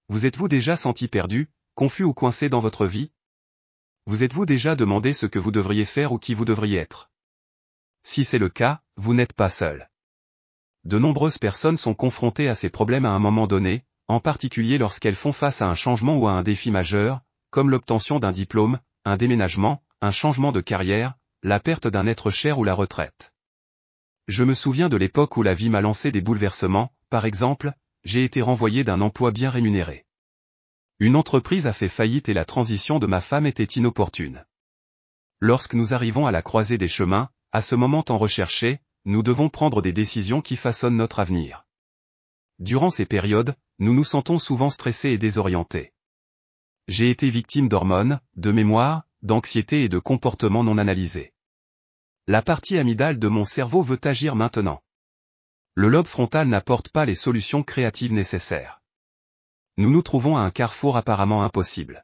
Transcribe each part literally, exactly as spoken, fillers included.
Vous êtes-vous déjà senti perdu, confus ou coincé dans votre vie? Vous êtes-vous déjà demandé ce que vous devriez faire ou qui vous devriez être? Si c'est le cas, vous n'êtes pas seul. De nombreuses personnes sont confrontées à ces problèmes à un moment donné, en particulier lorsqu'elles font face à un changement ou à un défi majeur, comme l'obtention d'un diplôme, un déménagement, un changement de carrière, la perte d'un être cher ou la retraite. Je me souviens de l'époque où la vie m'a lancé des bouleversements, par exemple, j'ai été renvoyé d'un emploi bien rémunéré. Une entreprise a fait faillite et la transition de ma femme était inopportune. Lorsque nous arrivons à la croisée des chemins, à ce moment tant recherché, nous devons prendre des décisions qui façonnent notre avenir. Durant ces périodes, nous nous sentons souvent stressés et désorientés. J'ai été victime d'hormones, de mémoire, d'anxiété et de comportements non analysés. La partie amygdale de mon cerveau veut agir maintenant. Le lobe frontal n'apporte pas les solutions créatives nécessaires. Nous nous trouvons à un carrefour apparemment impossible.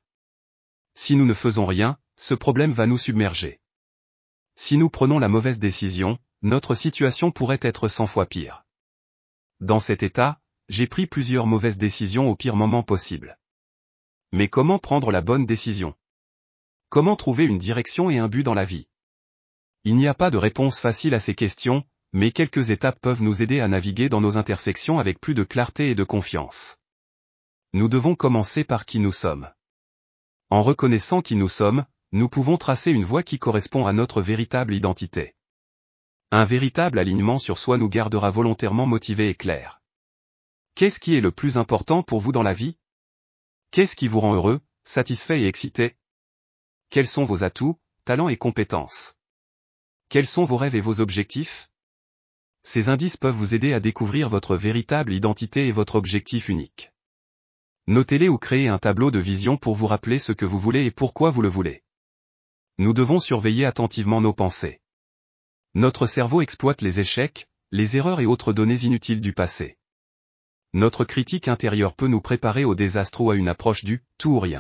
Si nous ne faisons rien, ce problème va nous submerger. Si nous prenons la mauvaise décision, notre situation pourrait être cent fois pire. Dans cet état, j'ai pris plusieurs mauvaises décisions au pire moment possible. Mais comment prendre la bonne décision? Comment trouver une direction et un but dans la vie? Il n'y a pas de réponse facile à ces questions, mais quelques étapes peuvent nous aider à naviguer dans nos intersections avec plus de clarté et de confiance. Nous devons commencer par qui nous sommes. En reconnaissant qui nous sommes, nous pouvons tracer une voie qui correspond à notre véritable identité. Un véritable alignement sur soi nous gardera volontairement motivés et clairs. Qu'est-ce qui est le plus important pour vous dans la vie? Qu'est-ce qui vous rend heureux, satisfait et excité? Quels sont vos atouts, talents et compétences? Quels sont vos rêves et vos objectifs? Ces indices peuvent vous aider à découvrir votre véritable identité et votre objectif unique. Notez-les ou créez un tableau de vision pour vous rappeler ce que vous voulez et pourquoi vous le voulez. Nous devons surveiller attentivement nos pensées. Notre cerveau exploite les échecs, les erreurs et autres données inutiles du passé. Notre critique intérieure peut nous préparer au désastre ou à une approche du « tout ou rien ».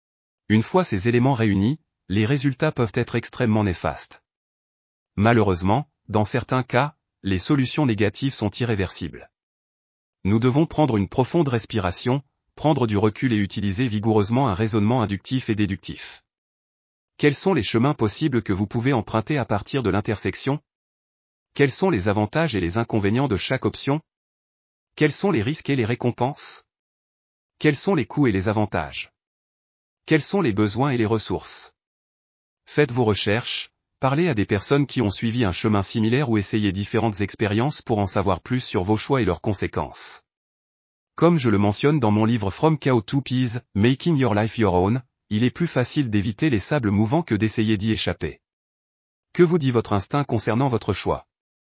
Une fois ces éléments réunis, les résultats peuvent être extrêmement néfastes. Malheureusement, dans certains cas, les solutions négatives sont irréversibles. Nous devons prendre une profonde respiration, prendre du recul et utiliser vigoureusement un raisonnement inductif et déductif. Quels sont les chemins possibles que vous pouvez emprunter à partir de l'intersection? Quels sont les avantages et les inconvénients de chaque option? Quels sont les risques et les récompenses? Quels sont les coûts et les avantages? Quels sont les besoins et les ressources? Faites vos recherches, parlez à des personnes qui ont suivi un chemin similaire ou essayez différentes expériences pour en savoir plus sur vos choix et leurs conséquences. Comme je le mentionne dans mon livre From Chaos to Peace, Making Your Life Your Own, il est plus facile d'éviter les sables mouvants que d'essayer d'y échapper. Que vous dit votre instinct concernant votre choix?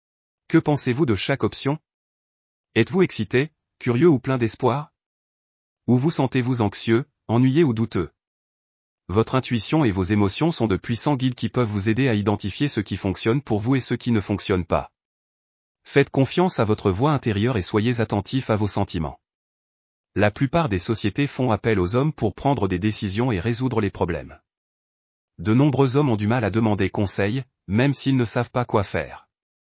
Que pensez-vous de chaque option? Êtes-vous excité, curieux ou plein d'espoir? Ou vous sentez-vous anxieux, ennuyé ou douteux? Votre intuition et vos émotions sont de puissants guides qui peuvent vous aider à identifier ce qui fonctionne pour vous et ce qui ne fonctionne pas. Faites confiance à votre voix intérieure et soyez attentifs à vos sentiments. La plupart des sociétés font appel aux hommes pour prendre des décisions et résoudre les problèmes. De nombreux hommes ont du mal à demander conseil, même s'ils ne savent pas quoi faire.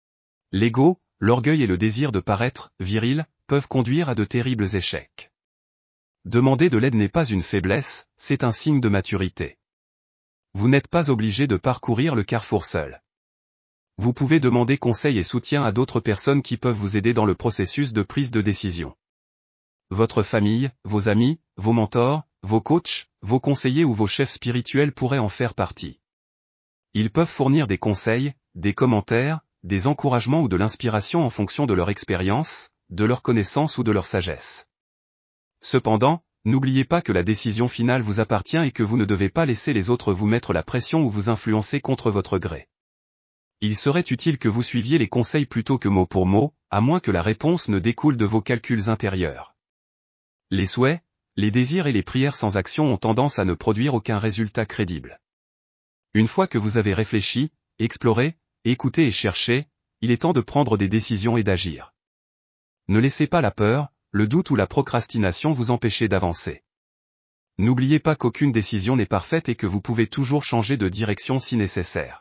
L'ego, l'orgueil et le désir de paraître viril peuvent conduire à de terribles échecs. Demander de l'aide n'est pas une faiblesse, c'est un signe de maturité. Vous n'êtes pas obligé de parcourir le carrefour seul. Vous pouvez demander conseil et soutien à d'autres personnes qui peuvent vous aider dans le processus de prise de décision. Votre famille, vos amis, vos mentors, vos coachs, vos conseillers ou vos chefs spirituels pourraient en faire partie. Ils peuvent fournir des conseils, des commentaires, des encouragements ou de l'inspiration en fonction de leur expérience, de leur connaissance ou de leur sagesse. Cependant, n'oubliez pas que la décision finale vous appartient et que vous ne devez pas laisser les autres vous mettre la pression ou vous influencer contre votre gré. Il serait utile que vous suiviez les conseils plutôt que mot pour mot, à moins que la réponse ne découle de vos calculs intérieurs. Les souhaits, les désirs et les prières sans action ont tendance à ne produire aucun résultat crédible. Une fois que vous avez réfléchi, exploré, écouté et cherché, il est temps de prendre des décisions et d'agir. Ne laissez pas la peur, le doute ou la procrastination vous empêcher d'avancer. N'oubliez pas qu'aucune décision n'est parfaite et que vous pouvez toujours changer de direction si nécessaire.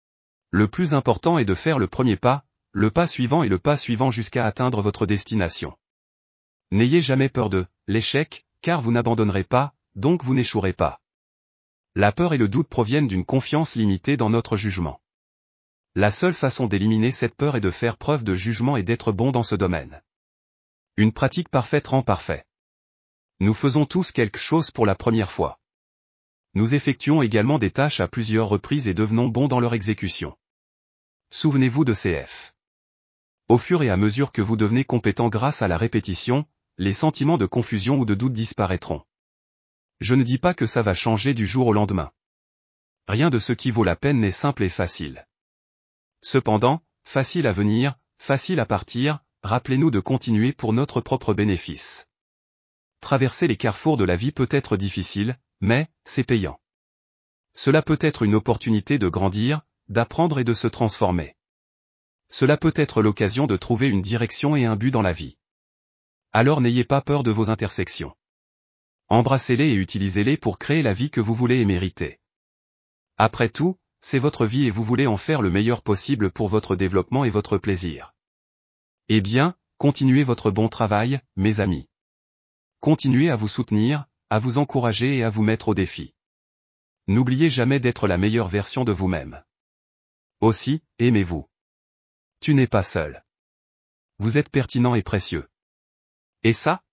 Le plus important est de faire le premier pas, le pas suivant et le pas suivant jusqu'à atteindre votre destination. N'ayez jamais peur de l'échec, car vous n'abandonnerez pas, donc vous n'échouerez pas. La peur et le doute proviennent d'une confiance limitée dans notre jugement. La seule façon d'éliminer cette peur est de faire preuve de jugement et d'être bon dans ce domaine. Une pratique parfaite rend parfait. Nous faisons tous quelque chose pour la première fois. Nous effectuons également des tâches à plusieurs reprises et devenons bons dans leur exécution. Souvenez-vous de C F. Au fur et à mesure que vous devenez compétent grâce à la répétition, les sentiments de confusion ou de doute disparaîtront. Je ne dis pas que ça va changer du jour au lendemain. Rien de ce qui vaut la peine n'est simple et facile. Cependant, facile à venir, facile à partir, rappelez-nous de continuer pour notre propre bénéfice. Traverser les carrefours de la vie peut être difficile, mais c'est payant. Cela peut être une opportunité de grandir, d'apprendre et de se transformer. Cela peut être l'occasion de trouver une direction et un but dans la vie. Alors n'ayez pas peur de vos intersections. Embrassez-les et utilisez-les pour créer la vie que vous voulez et méritez. Après tout, c'est votre vie et vous voulez en faire le meilleur possible pour votre développement et votre plaisir. Eh bien, continuez votre bon travail, mes amis. Continuez à vous soutenir, à vous encourager et à vous mettre au défi. N'oubliez jamais d'être la meilleure version de vous-même. Aussi, aimez-vous. Tu n'es pas seul. Vous êtes pertinent et précieux. Et ça,